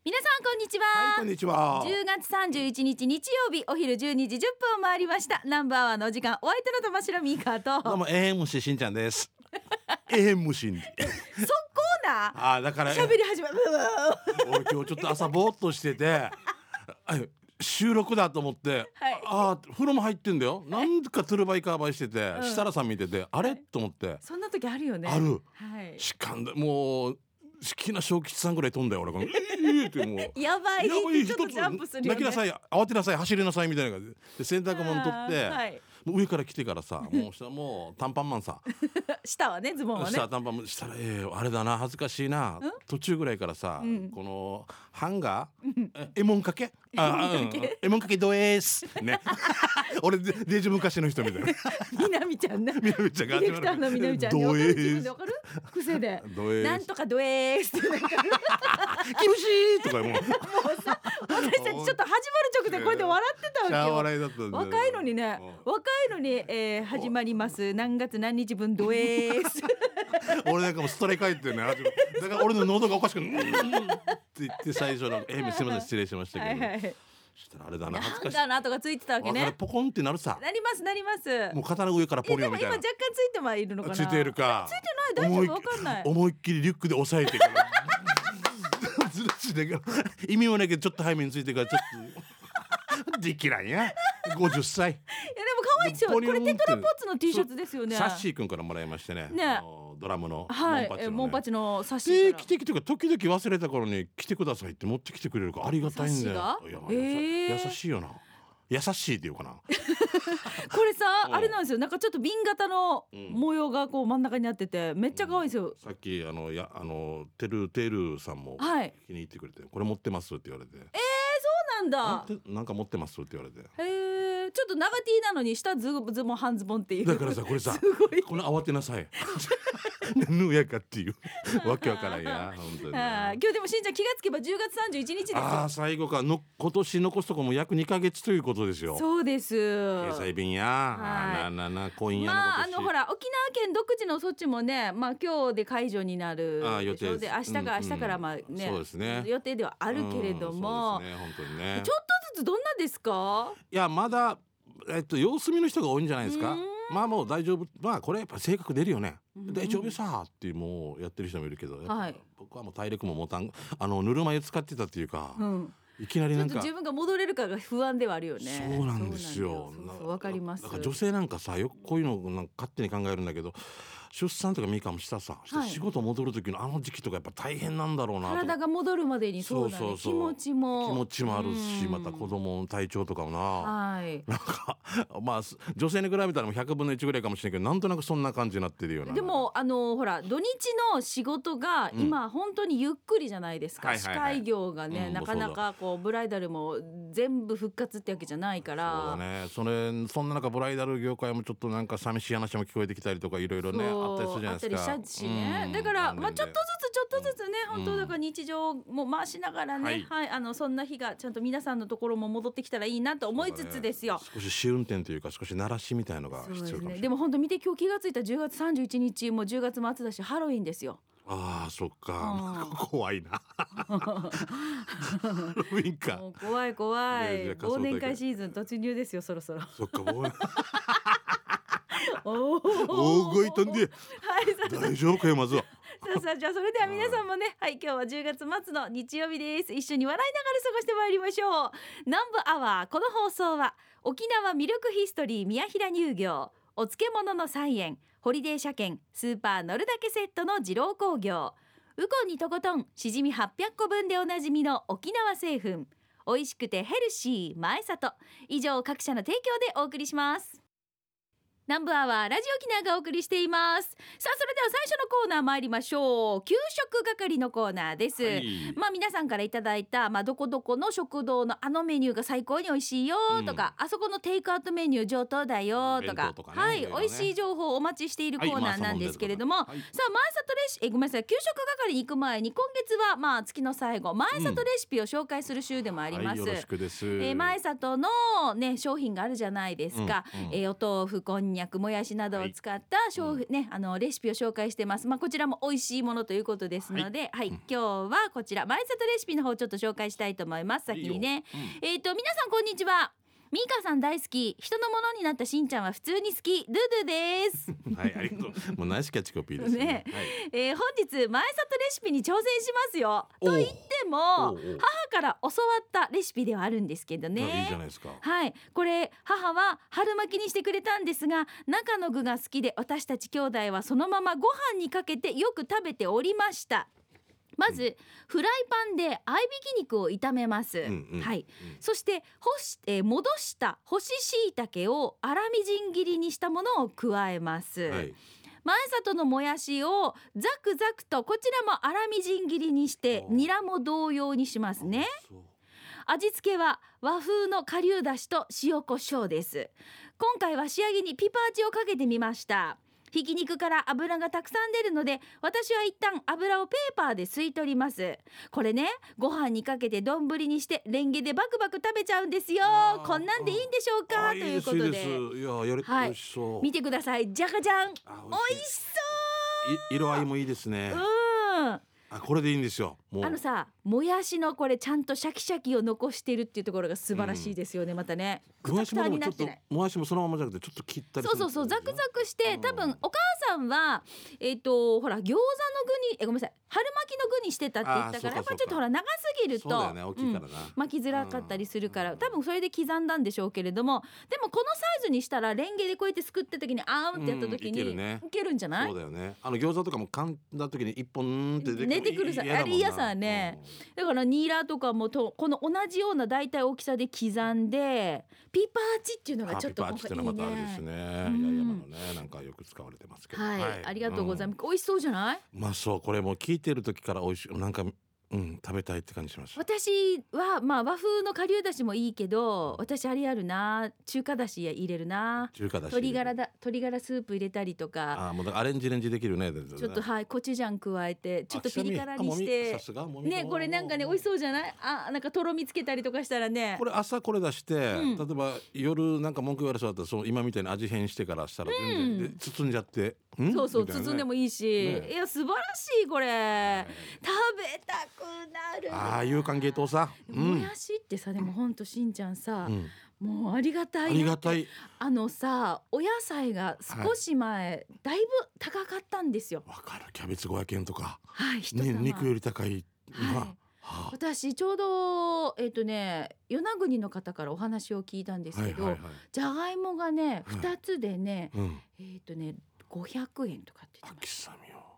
皆さんこんにちは。 はい、こんにちは。 10月31日日曜日、お昼12時10分を回りました。ナンバーワンのお時間、お相手の玉城ミーカーとどうもMC しんちゃんです。MC に速攻なだから喋り始め俺今日ちょっと朝ぼーっとしてて収録だと思って、 はい、 風呂も入ってんだよ。なんかトゥルバイカーバイしてて、設楽さん見ててあれ、と思って。 そんな時あるよね。 ある、 はい、 しかんでもう好きな小吉さんぐらい飛んだよ俺このってもうやばいちょっとジャンプするよね。 泣きなさい、慌てなさい、走りなさいみたいな感じで洗濯物取って、はい、もう上から来てからさ、もう短パンマンさ下はね、ズボンはね、 下短パンしたらあれだな、恥ずかしいな。途中ぐらいからさ、このハンガーエモンかけエモンかけどえーすね俺デージ昔の人みたいなみなみちゃんね、 みなみちゃんがディレクターのみなみちゃんね、 どえーす自分でわかる癖でなんとかどえーすってなんか厳しいとかもうさ、私たちちょっと始まる直前これで笑ってたわけよ。 笑いだったんだ。 若いのにね、若いのに、始まります何月何日分どえーす俺なんかもうストレイ書いてね、だから俺の喉がおかしくって言って最初のすみません失礼しましたけど、したらあれだな、恥ずかしいなんだなとかついてたわけね。 ポコンってなるさ。 なりますなります。 もう肩の上からポリオみたいな。 今若干ついてはいるのかな。 ついているか。 ついてない、大丈夫、わかんない。 思いっきりリュックで押さえてからずるしで意味もないけどちょっと背面についてからちょっとできないや50歳。いやでも可愛いですよ。これテトラポッツの T シャツですよね。 サッシーくんからもらいましてね、ドラムのモンパチのサッシーから来て時々忘れた頃に来てくださいって持ってきてくれるからありがたいんだよ。優しいよな。優しいっていうかなこれさ、あれなんですよ、なんかちょっと瓶型の模様がこう真ん中になっててめっちゃ可愛いですよ。 さっきテルさんも気に入ってくれて、これ持ってますって言われて、 そうなんだ。 なんか持ってますって言われて、 ちょっと長 T なのに下ズボン半ズボンっていう。 だからさこれさこの慌てなさいぬやかっていうわけわからんや本当に。 今日でもしんちゃん気がつけば10月31日ですよ。 最後かの今年残すとこも約2ヶ月ということですよ。 そうです。 経済便や今夜のほら沖縄県独自の措置もね、今日で解除になる予定で、明日からそうですね、 予定ではあるけれども、 そうですね、本当にね。 ちょっとずつどんなですか？ いやまだ様子見の人が多いんじゃないですか。もう大丈夫、これやっぱ性格出るよね。大丈夫さってもうやってる人もいるけど、僕はもう体力も持たん、ぬるま湯使ってたっていうか、いきなりなんかちょっと自分が戻れるかが不安ではあるよね。 そうなんですよ。 わかります。 だから女性なんかさ、よくこういうのなんか勝手に考えるんだけど、出産とかミカもしたさ、仕事戻る時のあの時期とかやっぱ大変なんだろうなと。 体が戻るまでにそう気持ちもあるし、また子供の体調とかもな、なんか女性に比べたらもう100分の1ぐらいかもしれないけど、なんとなくそんな感じになってるような。 でもほら土日の仕事が今本当にゆっくりじゃないですか。司会業がね、なかなかこうブライダルも全部復活ってわけじゃないから。 そうだね。そんな中ブライダル業界もちょっとなんか寂しい話も聞こえてきたりとかいろいろねあったりするじゃないですか。 あったりしたしね。だからちょっとずつね、本当だから日常も回しながらね、そんな日がちゃんと皆さんのところも戻ってきたらいいなと思いつつですよ。 少し試運転というか少し慣らしみたいのが必要かもしれない。 でも本当見て、今日気がついた10月31日もう10月末だしハロウィンですよ。 そっか、怖いなハロウィンか。 怖い忘年会シーズン突入ですよ、そろそろ。 そっか大声飛んで、大丈夫かよまずは。 さあじゃあそれでは皆さんもね、今日は10月末の日曜日です。一緒に笑いながら過ごしてまいりましょう。南部アワー、この放送は沖縄ミルクヒストリー宮平乳業、お漬物の菜園ホリデー車検、スーパー乗るだけセットの二郎工業、ウコンにとことんしじみ800個分でおなじみの沖縄製粉、おいしくてヘルシー前里、以上各社の提供でお送りします。南部アワーラジオ沖縄がお送りしています。さあそれでは最初のコーナー参りましょう。給食係のコーナーです。皆さんからいただいた、どこどこの食堂のあのメニューが最高に美味しいよとか、あそこのテイクアウトメニュー上等だよとか、美味しい情報をお待ちしているコーナーなんですけれども、さあ前里レシピごめんなさい、給食係に行く前に今月は月の最後前里レシピを紹介する週でもあります。 よろしくです。 前里のね商品があるじゃないですか。お豆腐、こんににゃくもやしなどを使った、レシピを紹介してます。こちらも美味しいものということですので、今日はこちら前里レシピの方ちょっと紹介したいと思います。先にね、皆さんこんにちは。ミカさん大好き、人のものになったしんちゃんは普通に好き、ドゥドゥですはい、ありがとう。もうナイスキャッチコピーですね。 本日前里レシピに挑戦しますよ。と言っても母から教わったレシピではあるんですけどね。 いいじゃないですか。 はい、これ母は春巻きにしてくれたんですが、中の具が好きで私たち兄弟はそのままご飯にかけてよく食べておりました。まずフライパンで合いびき肉を炒めます、そして戻した干し椎茸を粗みじん切りにしたものを加えます、前里のもやしをザクザクとこちらも粗みじん切りにしてニラも同様にしますね。味付けは和風の顆粒だしと塩コショウです。今回は仕上げにピパーチをかけてみました。ひき肉から油がたくさん出るので私は一旦油をペーパーで吸い取ります。これね、ご飯にかけて丼にしてレンゲでバクバク食べちゃうんですよ。こんなんでいいんでしょうかということで、 いや、やり美味しそう。 見てください、じゃがじゃん、美味しそう。 色合いもいいですね。これでいいんですよ。もうさ、もやしのこれちゃんとシャキシャキを残してるっていうところが素晴らしいですよね。またね、 もやしもちょっともやしもそのままじゃなくてちょっと切ったりする。 そうザクザクして、多分お母さんはほら餃子の具にごめんなさい、春巻きの具にしてたって言ったから、やっぱちょっとほら長すぎるとそうだよね、大きいからな、 巻きづらかったりするから、多分それで刻んだんでしょうけれども、でもこのサイズにしたらレンゲでこうやってすくった時にってやった時にいけるんじゃない？ そうだよね。餃子とかも噛んだ時に一本って出てくるさ、あれ嫌さね、だからニラとかもこの同じような大体大きさで刻んでピパーチっていうのがちょっと今回いいね。ピパーチってのはまたあれですね。八重山のね、なんかよく使われてますけど。 ありがとうございます。美味しそうじゃない？ そう、これもう聞いてる時から美味しい、なんか食べたいって感じします。 私は和風の顆粒だしもいいけど、私あれやるな、中華だし入れるな。 中華だし、 鶏ガラスープ入れたりとか、 もうアレンジできるね。 ちょっとコチュジャン加えてちょっとピリ辛にしてね、これなんかね美味しそうじゃない？なんかとろみつけたりとかしたらね、 これ朝これ出して、例えば夜なんか文句言われそうだったら、そう今みたいに味変してからしたら全然、包んじゃって、 そう包んでもいいし、いや素晴らしいこれ、食べたくなる。 いう関係とさ、 もやしってさ、でもほんとしんちゃんさ、もうありがたい。 ありがたい。 さ、お野菜が少し前、だいぶ高かったんですよ。 わかる。キャベツ500円とか、 肉より高い。 私ちょうど与那国の方からお話を聞いたんですけど、じゃがいもがね2つでね、500円とかって言ってました。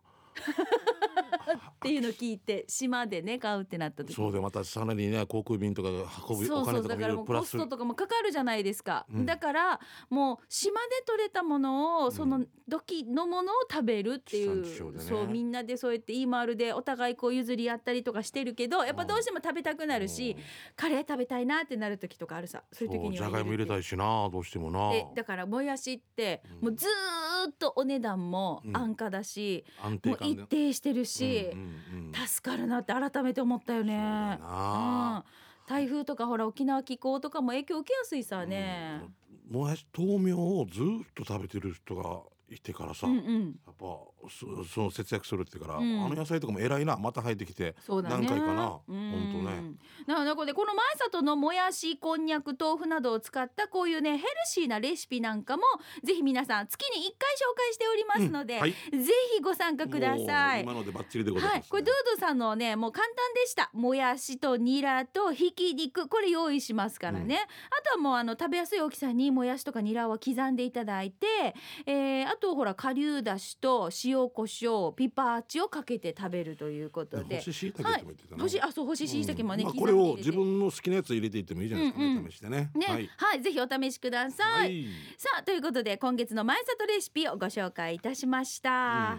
っていうのを聞いて、島でね買うってなった時、 そうでまたさらにね航空便とか運ぶお金とかもいろいろプラス、 コストとかもかかるじゃないですか、だからもう島で採れたものをその時のものを食べるっていう、そうみんなでそうやって言い回るでお互いこう譲り合ったりとかしてるけど、やっぱどうしても食べたくなるし、カレー食べたいなってなる時とかあるさ。そういう時にじゃがいも入れたいしな、どうしてもな。 だからもやしってもうずっとお値段も安価だし、もう一定してるし、助かるなって改めて思ったよね。台風とかほら沖縄気候とかも影響受けやすいさね。 もやし豆苗をずっと食べてる人がいてからさ、やっぱその節約するってから、野菜とかも偉いな、また入ってきて何回かな、本当ね。 なのでこの前里のもやし、こんにゃく、豆腐などを使ったこういうねヘルシーなレシピなんかもぜひ皆さん月に1回紹介しておりますので、ぜひご参加ください。 今のでバッチリでございます、 これドゥードさんのねもう簡単でした。もやしとニラとひき肉、これ用意しますからね、あとはもう食べやすい大きさにもやしとかニラを刻んでいただいて、あとほら顆粒だしと塩コショウ、ピパーチをかけて食べるということで、 干し椎茸とか言ってたな、 干し椎茸もね、 これを自分の好きなやつ入れていってもいいじゃないですかね、試してね。 ぜひお試しください。さあということで今月の前里レシピをご紹介いたしました。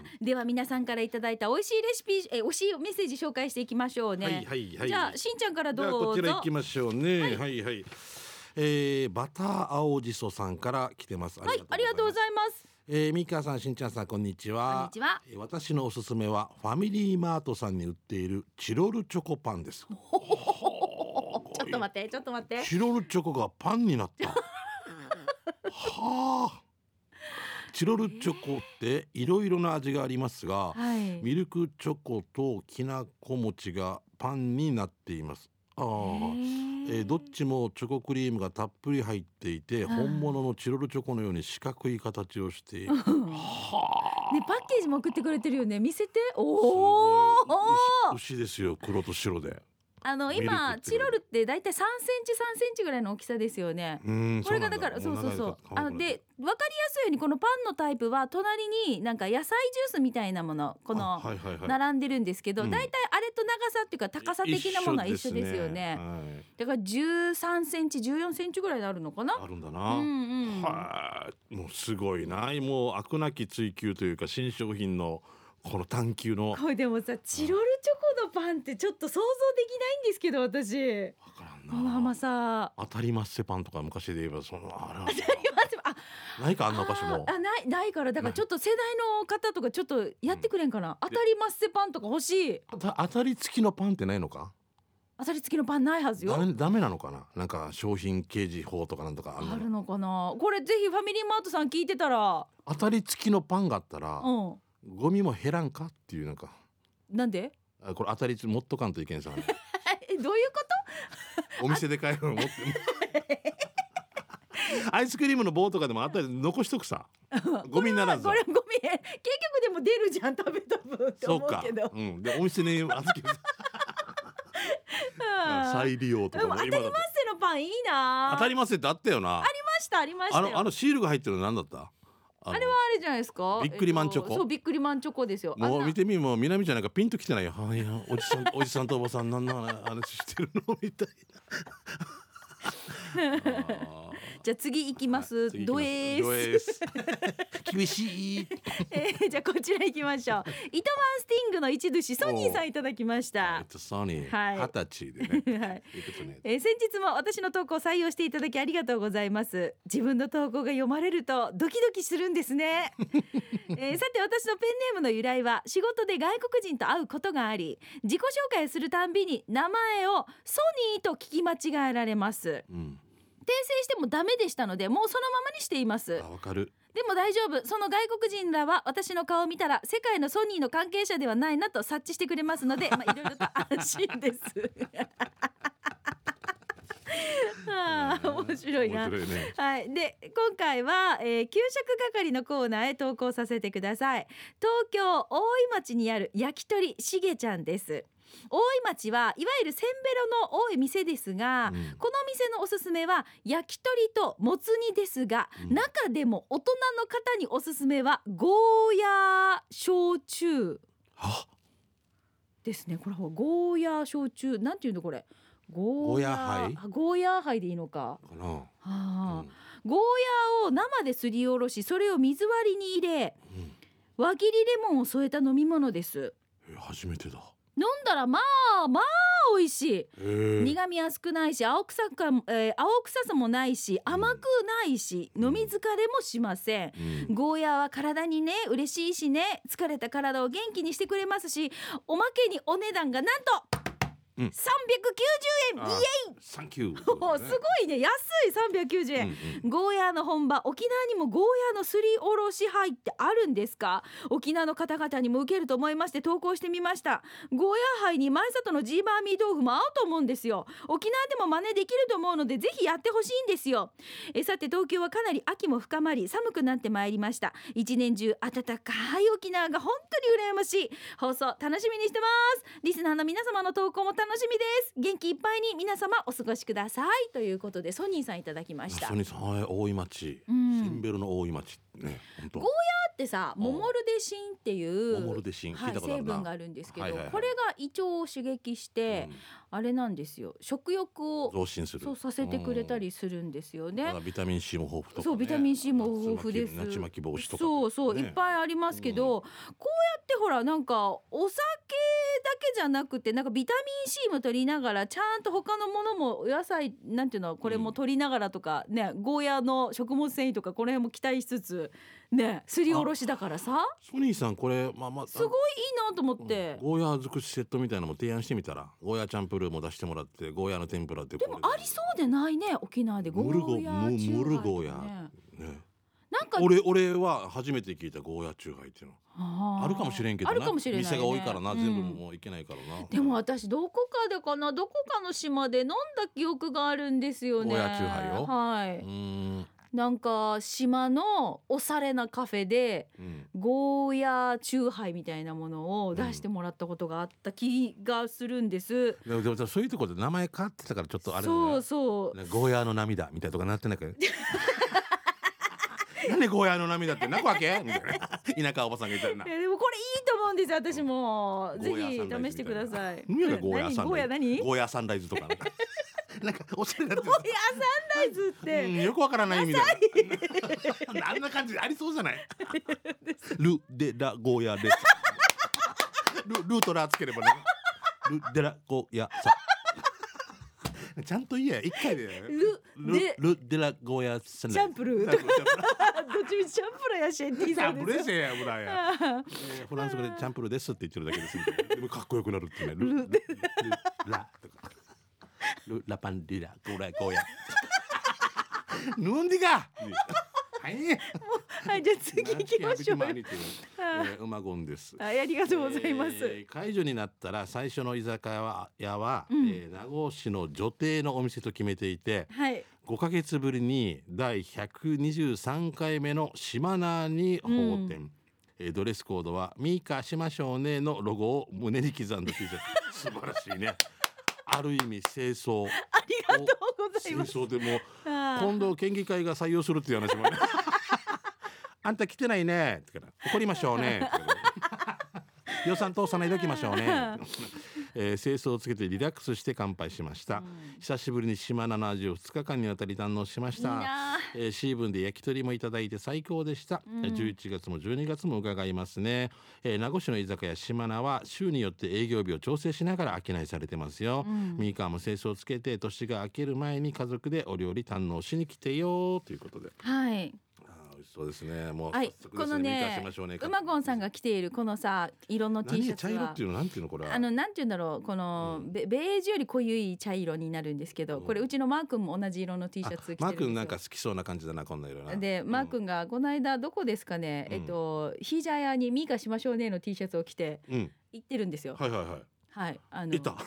では皆さんからいただいた美味しいレシピ、美味しいメッセージ紹介していきましょうね。じゃあしんちゃんからどうぞ。 こちら行きましょうね。バター青じそさんから来てます。 ありがとうございます。 みかさん、しんちゃんさん、こんにちは。私のおすすめはファミリーマートさんに売っているチロルチョコパンです。 ちょっと待ってチロルチョコがパンになった。はあ、 チロルチョコっていろいろな味がありますが、 はい、 ミルクチョコときなこ餅がパンになっています。どっちもチョコクリームがたっぷり入っていて、本物のチロルチョコのように四角い形をしてはね、パッケージも送ってくれてるよね。見せて。 すおごお、 い牛ですよ、黒と白で。 今チロルってだいたい3センチ3センチぐらいの大きさですよね。これがだからそうそうそう。で分かりやすいようにこのパンのタイプは隣になんか野菜ジュースみたいなものこの並んでるんですけど、だいたいあれと長さっていうか高さ的なものは一緒ですよね。だから13センチ14センチぐらいになるのかな。 あるんだな。もうすごいな。もう飽くなき追求というか新商品のこの探求の。 これでもさ、チロルチョコのパンってちょっと想像できないんですけど、私わからんな。 この甘さ。 当たりまっせパンとか昔で言えばそのあれ当たりますないか、あんなお菓子も。 ないから、だからちょっと世代の方とかちょっとやってくれんかな。当たりまっせパンとか欲しい。 当たり付きのパンってないのか。 当たり付きのパンないはずよ。 ダメなのかな。なんか商品掲示法とかなんとかあるのかな。これぜひファミリーマートさん聞いてたら、 当たり付きのパンがあったら、ゴミも減らんかっていう。なんかなんでこれ当たり持っとかんといけんさ、ね、 どういうことお店で買えるの持ってアイスクリームの棒とかでもあったり残しとくさゴミにならず。 これゴミ結局でも出るじゃん、食べた分って思うけど。 そうか、でお店に預ける再利用とか。 でも当たりまっせのパンいいな。 当たりまっせってあったよな。 ありましたよ。 シールが入ってるの何だった？ あれはあれじゃないですか。 ビックリマンチョコ。 そう、ビックリマンチョコですよ。 もう見てみ、もう南ちゃんなんかピンときてないよ。はいや、おじさんとおばさんなんの話してるのみたいな。 じゃあ次行きます。ドエース厳しい。 じゃあこちら行きましょう。糸満スティングの一寿司ソニーさんいただきました。 ソニー、 はい、 20歳でね。 先日も私の投稿を採用していただきありがとうございます。自分の投稿が読まれるとドキドキするんですね。さて私のペンネームの由来は仕事で外国人と会うことがあり、自己紹介するたんびに名前をソニーと聞き間違えられます。訂正してもダメでしたので、もうそのままにしています。 わかる。 でも大丈夫、その外国人らは私の顔を見たら世界のソニーの関係者ではないなと察知してくれますので、いろいろと安心です。面白いな。面白いね。はい、で今回は、給食係のコーナーへ投稿させてください。東京大井町にある焼き鳥しげちゃんです。大井町はいわゆるせんべろの多い店ですが、この店のおすすめは焼き鳥ともつ煮ですが、中でも大人の方におすすめはゴーヤー焼酎ですね。これゴーヤー焼酎なんていうのこれ。ゴーヤーハイでいいのかな。ゴーヤーを生ですりおろし、それを水割りに入れ、輪切りレモンを添えた飲み物です。 初めてだ。 飲んだらまあ美味しい。苦味は少ないし青臭さもないし甘くないし、飲み疲れもしません。ゴーヤーは体にね嬉しいしね、疲れた体を元気にしてくれますし、おまけにお値段がなんと390円。イエイ、 サンキュー。 すごいね、安い390円。ゴーヤーの本場沖縄にもゴーヤーのすりおろし杯ってあるんですか？沖縄の方々にも受けると思いまして投稿してみました。ゴーヤー杯に前里のジーバーミー豆腐も合うと思うんですよ。沖縄でも真似できると思うのでぜひやってほしいんですよ。さて東京はかなり秋も深まり寒くなってまいりました。一年中暖かい沖縄が本当に羨ましい。放送楽しみにしてます。リスナーの皆様の投稿も楽しみです。元気いっぱいに皆様お過ごしくださいということでソニーさんいただきました。 ソニーさん、大井町、せんべろの大井町ね。ゴーヤーってさ、モモルデシンっていう成分があるんですけど、これが胃腸を刺激して、あれなんですよ、食欲を増進する、 そうさせてくれたりするんですよね。 ビタミン C も豊富とかね。 そう、ビタミン C も豊富です。 夏巻き防止とか、 そういっぱいありますけど、こうやってほらなんかお酒だけじゃなくて、なんかビタミン C も取りながらちゃんと他のものもお野菜なんていうのこれも取りながらとかね、ゴーヤーの食物繊維とかこの辺も期待しつつね、すりおろしだからさ、 ソニーさんこれすごいいいなと思って、 ゴーヤー尽くしセットみたいなのも提案してみたら、ゴーヤーチャンプルーも出してもらって、ゴーヤーの天ぷらって。 でもありそうでないね、沖縄でゴーヤーチューハイね。なんか俺は初めて聞いたゴーヤチューハイっていうのあるかもしれんけどな。 あるかもしれないね、 店が多いからな、全部もういけないからな。 でも私どこかでかな、どこかの島で飲んだ記憶があるんですよね。 ゴーヤチューハイを。 はい。なんか島のおしゃれなカフェで、ゴーヤチューハイみたいなものを出してもらったことがあった気がするんです、 でもそういうところで名前変わってたからちょっとあれだね。 そうそう、 ゴーヤーの涙みたいなとかなってないかなんでゴーヤーの涙って泣くわけみたいな田舎おばさんが言ったらな。 でもこれいいと思うんですよ、私もぜひ試してください。 何がゴーヤーサンライズ、 ゴーヤ何ゴーヤーサンライズとかなんかおしゃれなってゴーヤサンライズって、 よくわからない意味であんな感じでありそうじゃないルデラゴーヤですルとラつければね、ルデラゴーヤさちゃんと言え、一回でルデラゴーヤサンライズチャンプルーどっちみちチャンプルーやしん、ティーさんですよ。 チャンプルーややフランス語でチャンプルーですって言ってるだけですでもかっこよくなるってね。ルラとかラパンディラゴーヤヌンディガはいはい、じゃあ次行きましょう。 うまごんです。 ありがとうございます。 解除になったら最初の居酒屋は、名護市の女帝のお店と決めていて、5ヶ月ぶりに第123回目の島名に放店、ドレスコードはミーカしましょうねのロゴを胸に刻んだ T シャツ素晴らしいね。ある意味清掃、 ありがとうございます。 清掃でも今度県議会が採用するっていう話もねあんた来てないねってから怒りましょうね予算通さないでおきましょうね清掃をつけてリラックスして乾杯しました、久しぶりに島名の味を2日間にわたり堪能しました。シーブンで焼き鳥もいただいて最高でした、11月も12月も伺いますね。名護市の居酒屋島名は週によって営業日を調整しながら商いされてますよ、ミーカーも清掃をつけて年が明ける前に家族でお料理堪能しに来てよということで、 はい、 そうですね。もうはい、このね、うまごんさんが着ているこのさ色の T シャツは茶色っていうのなんていうのこれはなんていうんだろう、この、ベージュより濃い茶色になるんですけど、これうちのマー君も同じ色の T シャツ着てるんですよ。 マー君なんか好きそうな感じだな、こんな色な。 でマー君がこの間どこですかね、ヒージャー屋にミーカしましょうねの T シャツを着て行ってるんですよ。 はいはいはい。 はい、 いた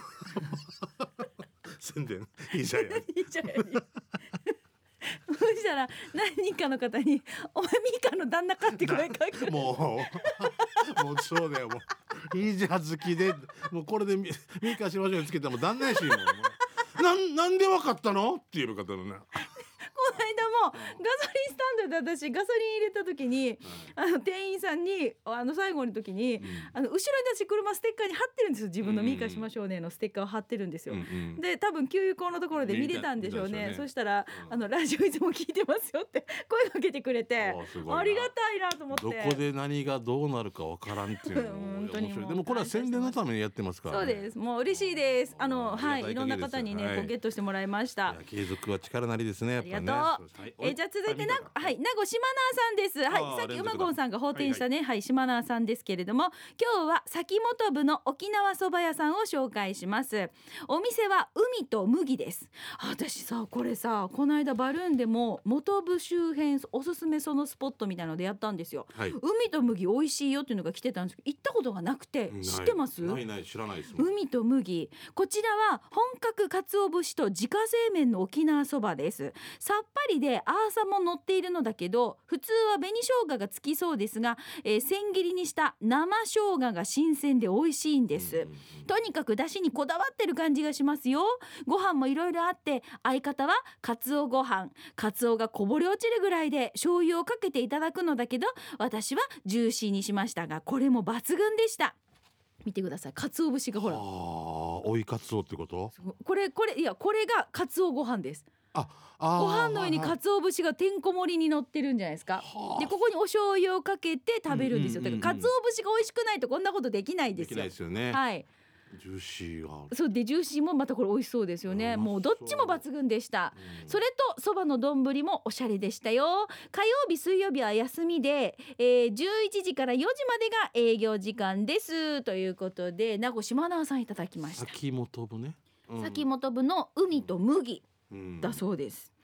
宣伝ヒージャー屋にそしたら何人かの方にお前ミカの旦那かって声かけもうそうだよ、もういいじゃ好きでもうこれでミカしましょうにつけたらもう旦那やしもうなんでわかったのっていう方のねこの間もガソリンスタンドで私ガソリン入れた時に、店員さんに最後の時に、後ろに私車ステッカーに貼ってるんですよ。自分のミカしましょうねのステッカーを貼ってるんですよ、で多分給油口のところで見れたんでしょうね。そしたらラジオいつも聞いてますよって声かけてくれて、ありがたいなと思って。 どこで何がどうなるかわからんっていうのも面白い。でもこれは宣伝のためにやってますから、 そうです。もう嬉しいです。はい、いろんな方にね、ゲットしてもらいました。 継続は力なりですね。 ありがとう。じゃあ続いて名護島名さんです。はい、さっきうまごんさんが放天したね、はい、島名さんですけれども、今日は崎本部の沖縄そば屋さんを紹介します。お店は海と麦です。私さ、これさ、この間バルーンでも元部周辺おすすめそのスポットみたいなのでやったんですよ、海と麦美味しいよっていうのが来てたんですけど、行ったことがなくて、知ってます？ ない知らないです。 海と麦、こちらは本格鰹節と自家製麺の沖縄そばです。さっぱりでアーサも乗っているのだけど、普通は紅生姜がつきそうですが、千切りにした生生姜が新鮮で美味しいんです。とにかく出汁にこだわってる感じがしますよ。ご飯もいろいろあって、相方はカツオご飯、カツオがこぼれ落ちるぐらいで醤油をかけていただくのだけど、私はジューシーにしましたが、これも抜群でした。見てください、鰹節がほら、 追い鰹ってこと？ これいや、これが鰹ご飯です。ご飯の上に鰹節がてんこ盛りに乗ってるんじゃないですか。でここにお醤油をかけて食べるんですよ。だから鰹節が美味しくないとこんなことできないですよ。 できないですよね。 はい。 ジューシーがそうで、ジューシーもまたこれ美味しそうですよね。もうどっちも抜群でした。それとそばの丼もおしゃれでしたよ。火曜日水曜日は休みで、11時から4時までが営業時間ですということで、名護島縄さんいただきました。 崎本部ね、 崎本部の海と麦だそうです。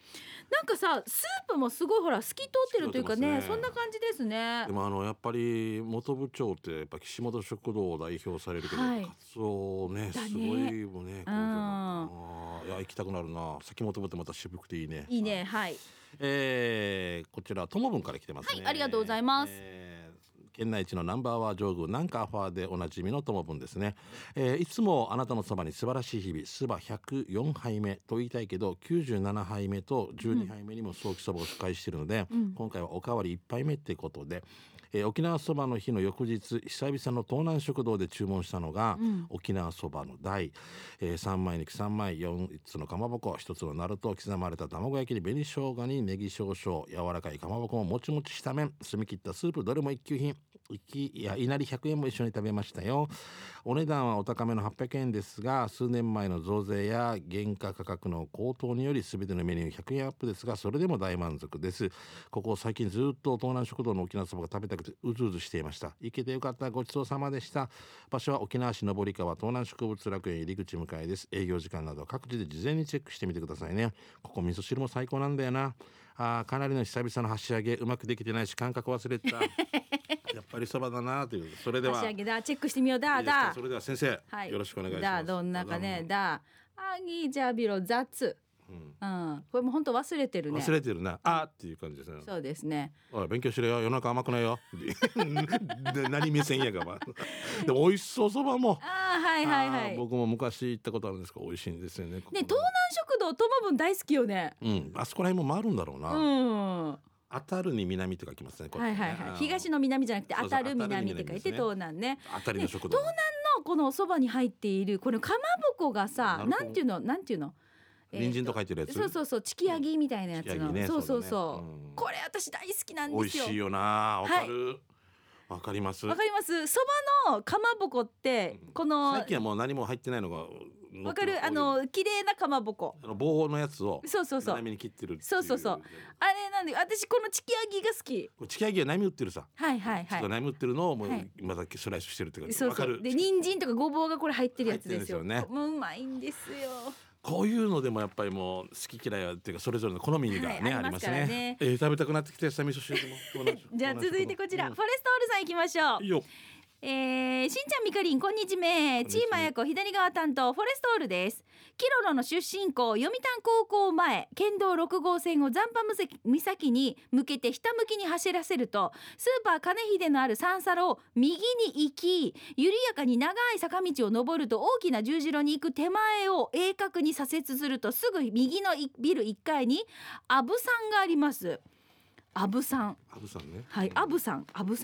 なんかさスープもすごいほら透き通ってるというかね、そんな感じですね。 でもやっぱり元部長ってやっぱ岸本食堂を代表されるけど、 はい、 カツオねすごいもね、いや行きたくなるな。先元部ってまた渋くていいね。 いいね。はい。 こちらともぶんから来てますね。 はい、ありがとうございます。 県内一のナンバーワン上宮なんかアファーでおなじみのともぶんですね。いつもあなたのそばに素晴らしい日々、そば104杯目と言いたいけど97杯目と12杯目にもソーキそばを使いしているので、今回はおかわり1杯目ってことで、沖縄そばの日の翌日久々の東南食堂で注文したのが、沖縄そばの大、三枚肉3枚4つのかまぼこ1つのナルト刻まれた卵焼きに紅生姜にネギ少々柔らかいかまぼこももちもちした麺澄み切ったスープどれも一級品いなり100円も一緒に食べましたよ。お値段はお高めの800円ですが数年前の増税や原価価格の高騰により全てのメニュー100円アップですがそれでも大満足です。ここ最近ずっと東南食堂の沖縄そばが食べたくてうずうずしていました。行けてよかった。ごちそうさまでした。場所は沖縄市上川東南植物楽園入り口向かいです。営業時間など各自で事前にチェックしてみてくださいね。ここ味噌汁も最高なんだよな。かなりの久々の箸上げうまくできてないし感覚忘れてたやっぱりそばだなという。それでは箸上げだチェックしてみようだ。 それでは先生、はい、よろしくお願いします。 どんなかねだアギジャビロ雑、これも本当忘れてるね。 忘れてるなっていう感じですね。 そうですね。 おい勉強しろよ、世の中甘くないよ何目線やがばでも美味しそうそばもはい僕も昔行ったことあるんですけど美味しいんですよね。 ね東南食堂ともぶん大好きよね。 あそこら辺も回るんだろうな。当たるに南って書きますね。 東の南じゃなくて当たる南って書いて東南ね。 当たりの食堂。 東南のこのおそばに入っているこのかまぼこがさ、なんていうの人参と書いてるやつ。 そうチキヤギみたいなやつの、そう、これ私大好きなんですよ。 美味しいよな。わかる。わかります。 そばのかまぼこってこの最近はもう何も入ってないのがわかる。綺麗なかまぼこ棒のやつを斜めに切ってる。 そうあれなんで私このチキヤギが好き。 チキヤギは波打ってるさ。波打ってるのをもうまたスライスしてるって感じ。わかる。 で人参とかごぼうがこれ入ってるやつですよね。もううまいんですよ。 こういうのでもやっぱりもう好き嫌いはっていうかそれぞれの好みがね、ありますね。食べたくなってきて味噌汁もじゃあ続いてこちら、フォレストオールさん行きましょう。 いいよ。 しんちゃんみかりんこんにちめチーマヤコ左側担当フォレストオールです。キロロの出身校読谷高校前県道6号線を残波岬に向けて下向きに走らせるとスーパー金秀のある三差路を右に行き緩やかに長い坂道を登ると大きな十字路に行く手前を鋭角に左折するとすぐ右のビル1階にアブさんがあります。アブさんね。 はい、アブさん。もともと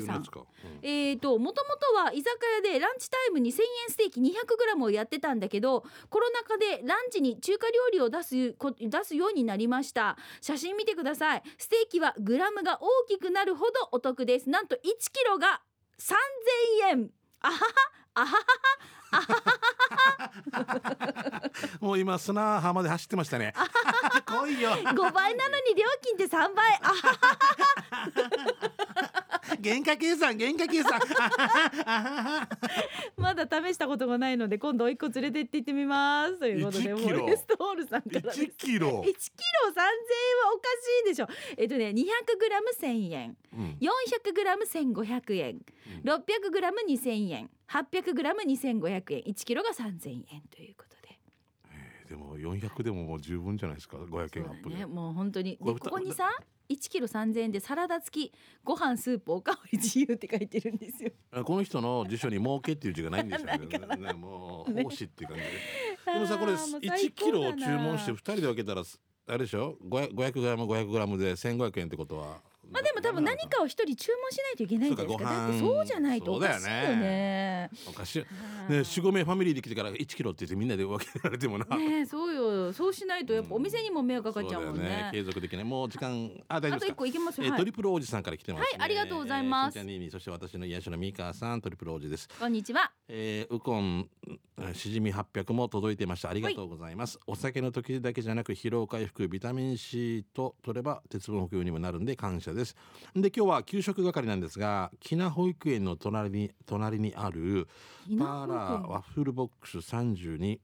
は居酒屋でランチタイムに1000円ステーキ 200g をやってたんだけどコロナ禍でランチに中華料理を出すようになりました。写真見てください。ステーキはグラムが大きくなるほどお得です。なんと1キロが3000円。あははあははもう今砂浜で走ってましたね来いよ 5倍なのに料金って3倍原価計算まだ試したことがないので今度1個連れて行ってみますということでフォレストオールさんからです。 1キロ3000円はおかしいでしょ。200g1000 円、400g1500 円、600g2000 円、800g2500 円、1キロが3000円ということで、 でも400でももう十分じゃないですか。500円アップで、 もう本当にここにさ1キロ3000円でサラダ付きご飯スープおかわり自由って書いてるんですよ。 この人の辞書に儲けっていう字がないんですよねもう奉仕っていう感じで、でもさこれ1キロを注文して2人で分けたらあれでしょ 500g500g で1500円ってことはでも多分何かを一人注文しないといけないんですか。だってそうじゃないとおかしいよね。 おかしいね。4、5名ファミリーで来てから1キロって言ってみんなで分けられてもな。 そうよ。そうしないとやっぱお店にも迷惑かかっちゃうもんね。 継続できない。もう時間大丈夫ですか。 あと1個いけますよ。 トリプル王子さんから来てます。 ありがとうございます。 そして私の癒しのミカさんトリプル王子です。 こんにちは。 ウコンしじみ800も届いてました。ありがとうございます。お酒の時だけじゃなく疲労回復ビタミン C と取れば鉄分補給にもなるんで感謝です。で今日は給食係なんですがきな保育園の隣にあるパーラーワッフルボックス32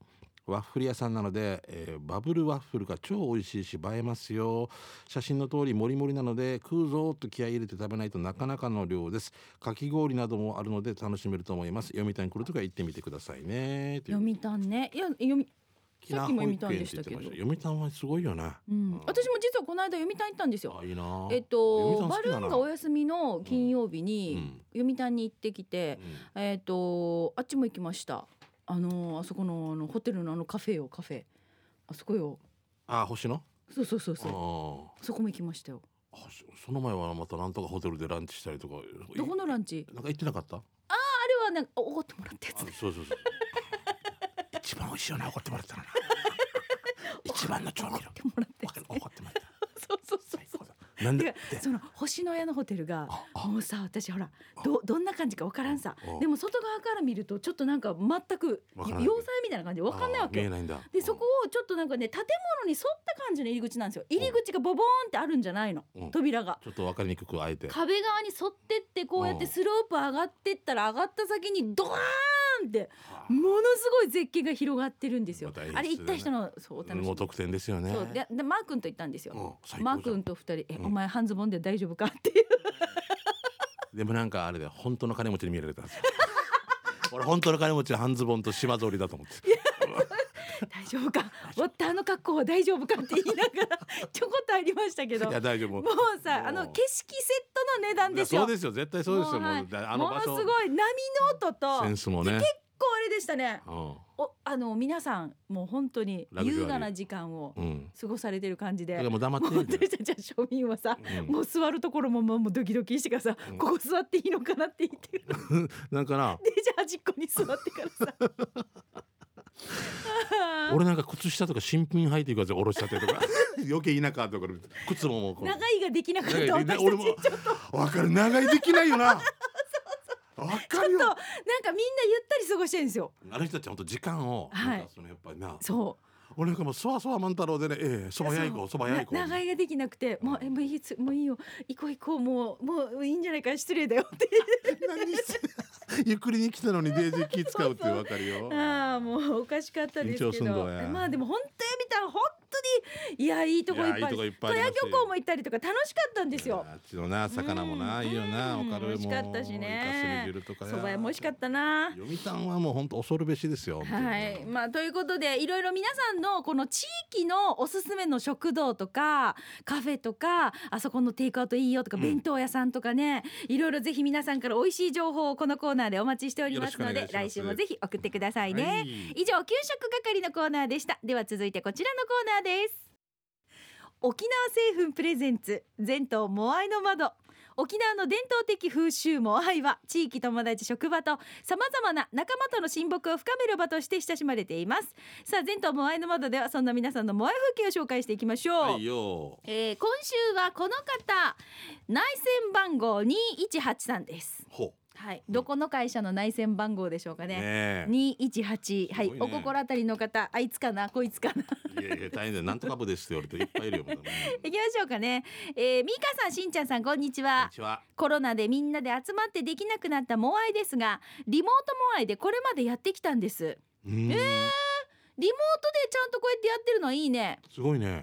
ワッフル屋さんなので、バブルワッフルが超美味しいし映えますよ。写真の通りもりもりなので食うぞと気合い入れて食べないとなかなかの量です。かき氷などもあるので楽しめると思います。読谷来るとか行ってみてくださいね。 読谷ね、いやさっきも読谷でしたけど、 読谷はすごいよね、 私も実はこの間読谷行ったんですよ。 いいな。 バルーンがお休みの金曜日に読谷に行ってきて、あっちも行きました。あそこのホテルのカフェあそこよ。 星野。 そうそこも行きましたよ。 その前はまたなんとかホテルでランチしたりとか。 どこのランチ？ なんか行ってなかった？ あれはなんかおごってもらったやつね。 そう一番美味しいよな、おごってもらったらな一番の調味料おごってもらったそうなんでその星の屋のホテルがもうさ、私ほらどんな感じかわからんさ。でも外側から見るとちょっとなんか全く要塞みたいな感じでわかんないわけ。 見えないんだ。 でそこをちょっとなんかね、建物に沿った感じの入り口なんですよ。入り口がボボーンってあるんじゃないの、扉がちょっとわかりにくくあえて壁側に沿ってってこうやってスロープ上がってったら、上がった先にドーンってものすごい絶景が広がってるんですよ。あれ行った人のそうお楽しみ。 特典ですよね。 そうでマー君と行ったんですよ。マー君と2人お前半ズボンで大丈夫かっていうでもなんかあれで本当の金持ちに見られたんですよ俺本当の金持ちは半ズボンと島通りだと思って大丈夫かおった格好は大丈夫かって言いながらちょこっとありましたけど、 いや大丈夫。 もうさ景色セットの値段ですよ。 そうですよ、絶対そうですよ。 もう、 もうすごい波の音とセンスもね、 結構あれでしたね。皆さんもう本当に優雅な時間を過ごされてる感じで、 だからもう黙ってもう私たちは庶民はさ、もう座るところももうドキドキしてからさ、ここ座っていいのかなって言ってなんかなでじゃあ端っこに座ってからさ俺なんか靴下とか新品履いていくやつ下ろしちゃってとか余計田舎とか靴ももう長いができなかった私たち。 俺も分かる、長いできないよな分かるよ。 なんかみんなゆったり過ごしてるんですよ。 あの人たち本当時間を、なんかそのやっぱりな、 そう俺なんかもうそわそわ万太郎でね、そば屋行こうそば屋行こう、 長居ができなくて、もういいよ行こうもういいんじゃないか、失礼だよって何ゆっくりに来たのにデージ気使うって分かるよ。 もうおかしかったですけど、まあでも本当に見たら本当にいいとこいっぱい、富谷漁港も行ったりとか楽しかったんですよ。 あっちのな魚もないいよな、おかるも美味しかったしね、 イカスミ汁とか蕎麦屋も美味しかったな。 読谷はもう本当恐るべしですよ。 はい、まあということでいろいろ皆さんのこの地域のおすすめの食堂とかカフェとか、あそこのテイクアウトいいよとか、弁当屋さんとかね、いろいろぜひ皆さんから美味しい情報をこのコーナーでお待ちしておりますので、来週もぜひ送ってくださいね。以上給食係のコーナーでした。では続いてこちらのコーナーです。沖縄製粉プレゼンツ全島モアイの窓。沖縄の伝統的風習モアイは地域、友達、職場とさまざまな仲間との親睦を深める場として親しまれています。さあ全島モアイの窓ではそんな皆さんのモアイ風景を紹介していきましょう。 はいよ、 今週はこの方、内線番号2183です。はい、どこの会社の内線番号でしょうかね。218、はい、お心当たりの方、あいつかなこいつかな。 いや大変だよ、なんとか部ですって言われていっぱいいるよ。行きましょうかね。ミーカさん、しんちゃんさん、こんにちは。コロナでみんなで集まってできなくなったモアイですが、リモートモアイでこれまでやってきたんです。リモートでちゃんとこうやってやってるのはいいね。 すごいね。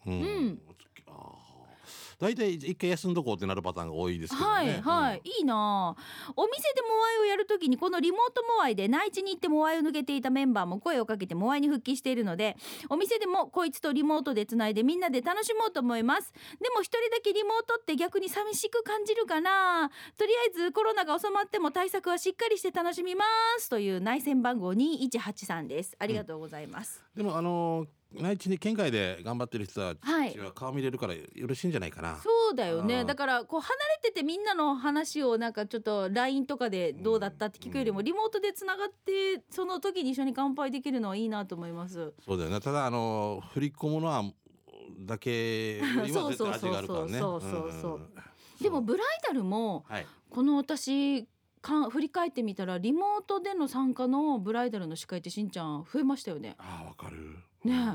だいたい一回休んどこうってなるパターンが多いですけどね。 いいな。お店でモアイをやるときにこのリモートモアイで内地に行ってモアイを抜けていたメンバーも声をかけてモアイに復帰しているので、お店でもこいつとリモートでつないでみんなで楽しもうと思います。でも一人だけリモートって逆に寂しく感じるかな。とりあえずコロナが収まっても対策はしっかりして楽しみますという内線番号2183です。ありがとうございます。 でも内地に県外で頑張ってる人たちは顔見れるからよろしいんじゃないかな。 そうだよね。だからこう離れててみんなの話をなんかちょっと LINE とかでどうだったって聞くよりも、リモートでつながってその時に一緒に乾杯できるのはいいなと思います。そうだよね。ただ振り込むのはだけ今絶対味があるからね。 でもブライダルも、この私振り返ってみたらリモートでの参加のブライダルの司会ってしんちゃん増えましたよね。 わかるね。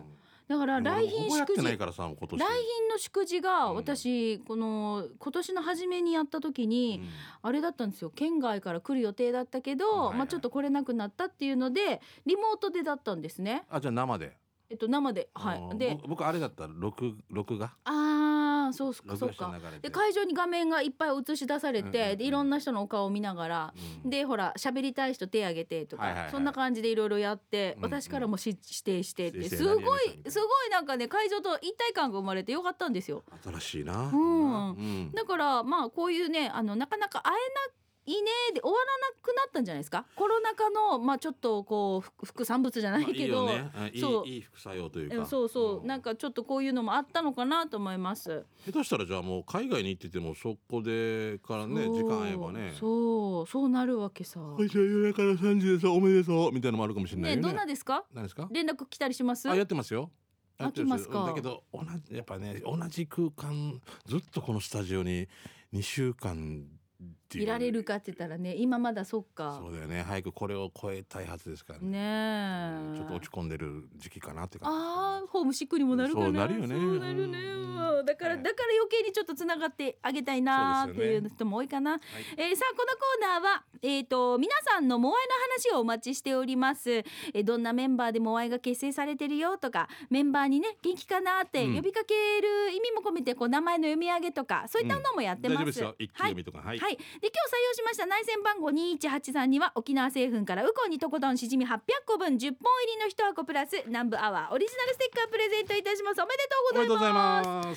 だから来賓祝辞、来賓の祝辞が私、この今年の初めにやった時に、あれだったんですよ。県外から来る予定だったけど、ちょっと来れなくなったっていうのでリモートでだったんですね。 じゃあ生で。 生で、はい。で僕あれだったら録画。 そうか。で会場に画面がいっぱい映し出されて、でいろんな人のお顔を見ながら、でほら喋りたい人手挙げてとか、そんな感じでいろいろやって、私からも指定してってすごいなんかね、会場と一体感が生まれてよかったんですよ。 新しいな。 だからこういうね、なかなか会えないいねで終わらなくなったんじゃないですか。コロナ禍のちょっとこう副産物じゃないけど、 いい副作用というか、 なんかちょっとこういうのもあったのかなと思います。 下手したらじゃあもう海外に行っててもそこでからね、時間合えばね、 そうなるわけさ。 夜中の3時ですおめでとうみたいなのもあるかもしれないよね。 どんなですか？ 何ですか？ 連絡来たりします？ やってますよ。 来ますか？ だけどやっぱね、同じ空間ずっとこのスタジオに2週間いられるかって言ったらね、今まだそっか。 そうだよね。早くこれを超えたいはずですからね。 ちょっと落ち込んでる時期かなって感じ。 ホームシックにもなるかな。 そうなるよね。 そうなるね。だから余計にちょっとつながってあげたいなっていう人も多いかな。さあこのコーナーは皆さんのモアイの話をお待ちしております。どんなメンバーでモアイが結成されてるよとか、メンバーにね元気かなって呼びかける意味も込めて名前の読み上げとか、そういったのもやってます。 大丈夫ですよ。一気読みとか。 はい。で今日採用しました内線番号2183には沖縄製粉からウコンにとことんしじみ800個分10本入りの1箱プラス南部アワーオリジナルステッカープレゼントいたします。おめでとうございます。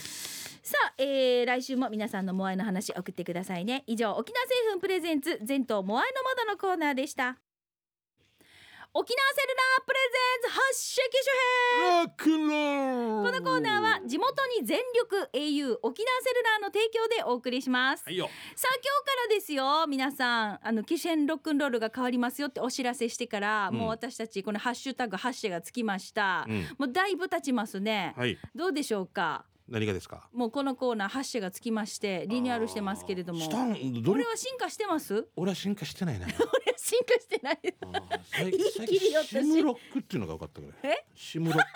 さあ、来週も皆さんのモアイの話送ってくださいね。以上沖縄製粉プレゼンツ全島モアイの窓のコーナーでした。沖縄セルラープレゼンツ発射機種編ロックンロール。このコーナーは地元に全力 au 沖縄セルラーの提供でお送りします。さあ今日からですよ。皆さん機種編ロックンロールが変わりますよってお知らせしてから、もう私たちこのハッシュタグハッシュがつきました、もうだいぶ経ちますね、どうでしょうか。 何がですか？ もうこのコーナーハッシュがつきましてリニューアルしてますけれども、これは進化してます？俺は進化してないな。 俺は進化してない。 最近シムロックっていうのが分かったぐらい。シムロック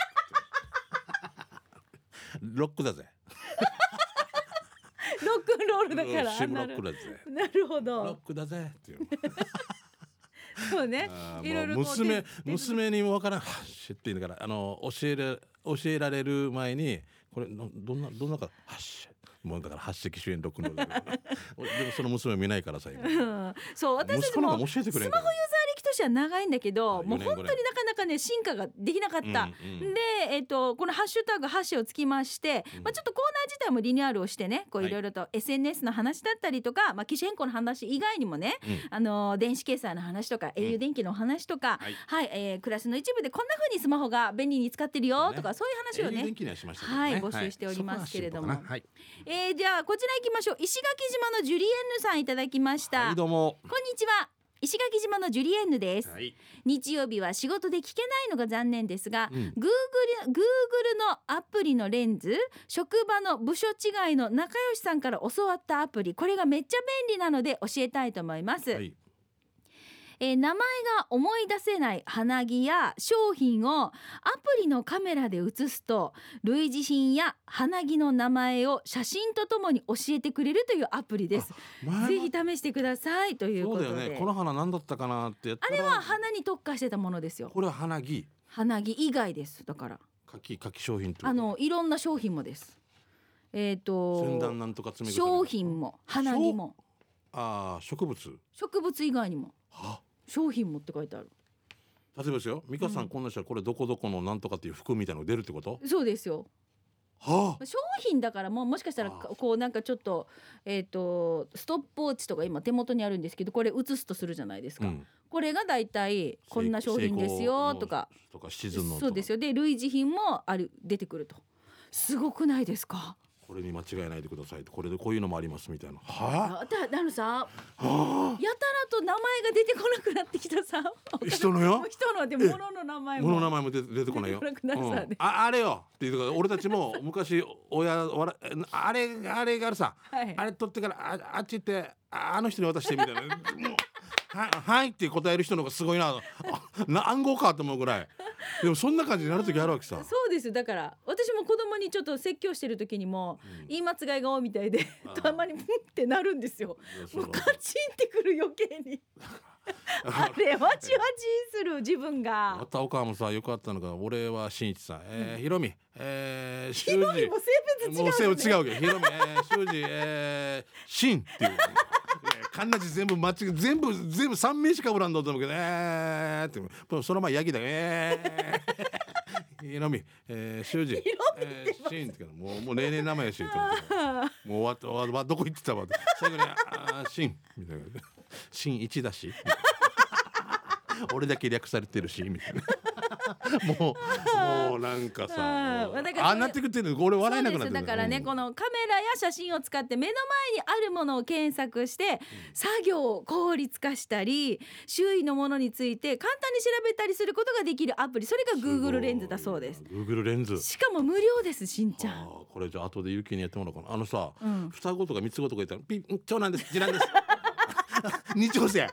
ロックだぜ。 ロックンロールだからシムロックだぜ。 なるほど。 ロックだぜっていう。 そうね。いろいろ娘にも分からん。知っていいから教えられる前にこれどんなかもうだから発色主演ロックンロールでもその娘見ないからさ今、 そう私たちもスマホユーザー歴としては長いんだけど、もう本当になかなかね進化ができなかった、でこのハッシュタグハッシュをつきまして、ちょっとコーナー自体もリニューアルをしてね、こういろいろと SNS の話だったりとか、機種変更の話以外にもね、電子決済の話とか au 電気の話とか、暮らしの一部でこんな風にスマホが便利に使ってるよとか、そういう話をね募集しておりますけれども、じゃあこちら行きましょう。石垣島のジュリエンヌさんいただきました。 どうもこんにちは。石垣島のジュリエンヌです、日曜日は仕事で聞けないのが残念ですが、Google のアプリのレンズ、職場の部署違いの仲良しさんから教わったアプリ、これがめっちゃ便利なので教えたいと思います、名前が思い出せない花木や商品をアプリのカメラで写すと類似品や花木の名前を写真とともに教えてくれるというアプリです。ぜひ試してくださいということで。 そうだよね。この花何だったかなってやったら、 あれは花に特化してたものですよ。 これは花木以外です。だから柿商品といろんな商品もです。 先端なんとか詰め商品も花木も植物以外にも商品もって書いてある。 例えばですよ、美香さんこんな人はこれどこどこのなんとかっていう服みたいなのが出るってこと？ そうですよ。商品だからもしかしたらこうなんかちょっとストップウォッチとか今手元にあるんですけど、これ写すとするじゃないですか、これがだいたいこんな商品ですよとかシチズンのとか、 そうですよ。で類似品も出てくると。すごくないですか？ これに間違えないでくださいと、これでこういうのもありますみたいな。さやたらと名前が出てこなくなってきたさ。 人ので物の名前も出てこないよ。 あれよっていうか、俺たちも昔あれがあるさ、あれ取ってからあっち行ってあの人に渡してみたいなはいって答える人の方がすごいな暗号かと思うぐらいでもそんな感じになる時あるわけさ。 そうです。だから私も子供にちょっと説教してる時にも、言い間違いが多いみたいでたまにプンってなるんですよ。もうカチンってくる余計にあれわちわちする自分が。 またお母もさよくあったのが、俺は新一さん、ひろみ、 ひろみも性別違うよね。 もう性別違うけど、ひろみ、修二、しんっていう。かんなじ全部間違え、全部3名しかおらんだと思うけど、ってその前ヤギだ、ひろみ、修二、しんってもう例年名前やしと思って、もう終わったどこ行ってたわって、最後にしんみたいな、しん一だし。俺だけ略されてるしみたいな。もうなんかさ、あんなってくってるの俺笑えなくなってる。 だからね、このカメラや写真を使って目の前にあるものを検索して、作業を効率化したり周囲のものについて簡単に調べたりすることができるアプリ、それが Google レンズだそうです。 Google レンズ、 しかも無料です。しんちゃん、 これじゃあ後でゆきにやってもらおうかな。さ、双子とか三つ子とか言ったらピン長男です次男です二長生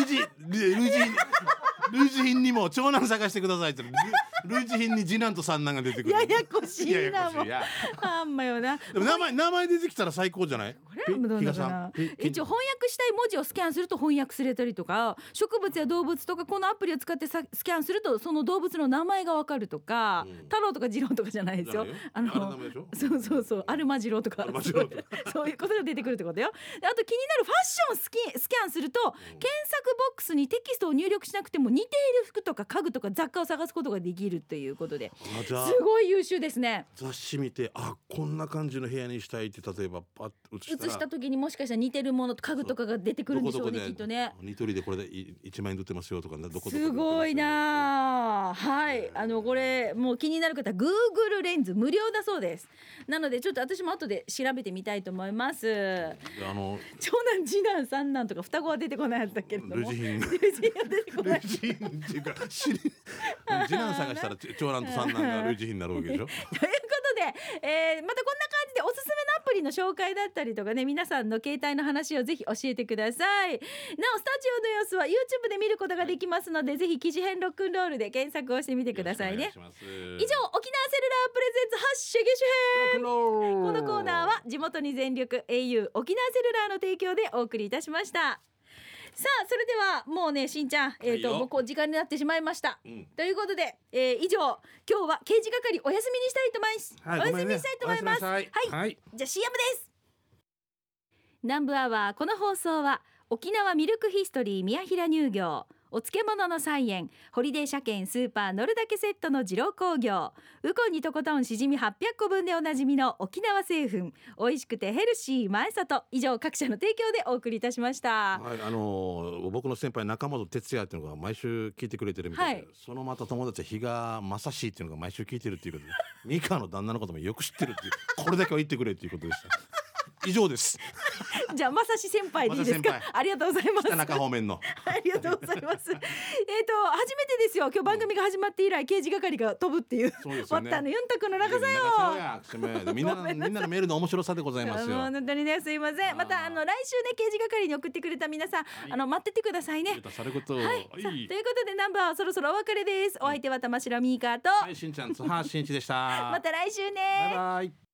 類似品にも長男探してくださいって類似品に次男と三男が出てくる。 ややこしいな。もうあんまよな。 でも名前出てきたら最高じゃない。 これはどうだかな。一応翻訳したい文字をスキャンすると翻訳されたりとか、植物や動物とかこのアプリを使ってスキャンするとその動物の名前がわかるとか、太郎とか次郎とかじゃないですよ。そうアルマジロとかそういうことが出てくるってことよ。あと気になるファッションをスキャンすると、検索ボックスにテキストを入力しなくても似ている服とか家具とか雑貨を探すことができるということで、すごい優秀ですね。 雑誌見て、こんな感じの部屋にしたいって例えばパッと写した時にもしかしたら似てるものと家具とかが出てくるんでしょうね、きっとね。 ニトリでこれで1万円で売ってますよとかね、 すごいな。はい、これもう気になる方 Google レンズ無料だそうです。なのでちょっと私も後で調べてみたいと思います。長男次男三男とか双子は出てこないはずだけれども、類似品が出てこない。 類似品っていうか次男探したら長男と三男が類似品になるわけでしょ。ということで、またこんな感じでおすすめのアプリの紹介だったりとかね、皆さんの携帯の話をぜひ教えてください。なおスタジオの様子は YouTube で見ることができますので、ぜひ記事編ロックンロールで検索をしてみてくださいね。以上、沖縄セルラープレゼンツ発射ゲシュ編。このコーナーは地元に全力 au 沖縄セルラーの提供でお送りいたしました。さあ、それではもうね、しんちゃん、もう時間になってしまいました、ということで、以上今日は刑事係お休みにしたいと思います、お休みにしたいと思います。はい、じゃあ CM です。南部アワー、この放送は沖縄ミルクヒストリー宮平乳業、お漬物の菜園、ホリデー車検スーパー乗るだけセットの二郎工業、ウコンにとことんしじみ800個分でおなじみの沖縄製粉、美味しくてヘルシー前里、以上各社の提供でお送りいたしました。 はい、僕の先輩中本哲也っていうのが毎週聞いてくれてるみたいで、そのまた友達は比嘉正史っていうのが毎週聞いてるっていうことで、ミカの旦那のこともよく知ってるっていうこれだけは言ってくれっていうことでした。以上です。 じゃあまさし先輩でいいですか。ありがとうございます。 北中方面のありがとうございます。初めてですよ、今日番組が始まって以来刑事係が飛ぶっていう、わったのユンタクの中さよ。 みんなのメールの面白さでございますよ。 本当にね、すいません。また来週ね、刑事係に送ってくれた皆さん、待っててくださいね。はい、ということでナンバーそろそろお別れです。お相手は玉城ミーカーと、 しんちゃん津波しんいちでした。 また来週ね。 バイバイ。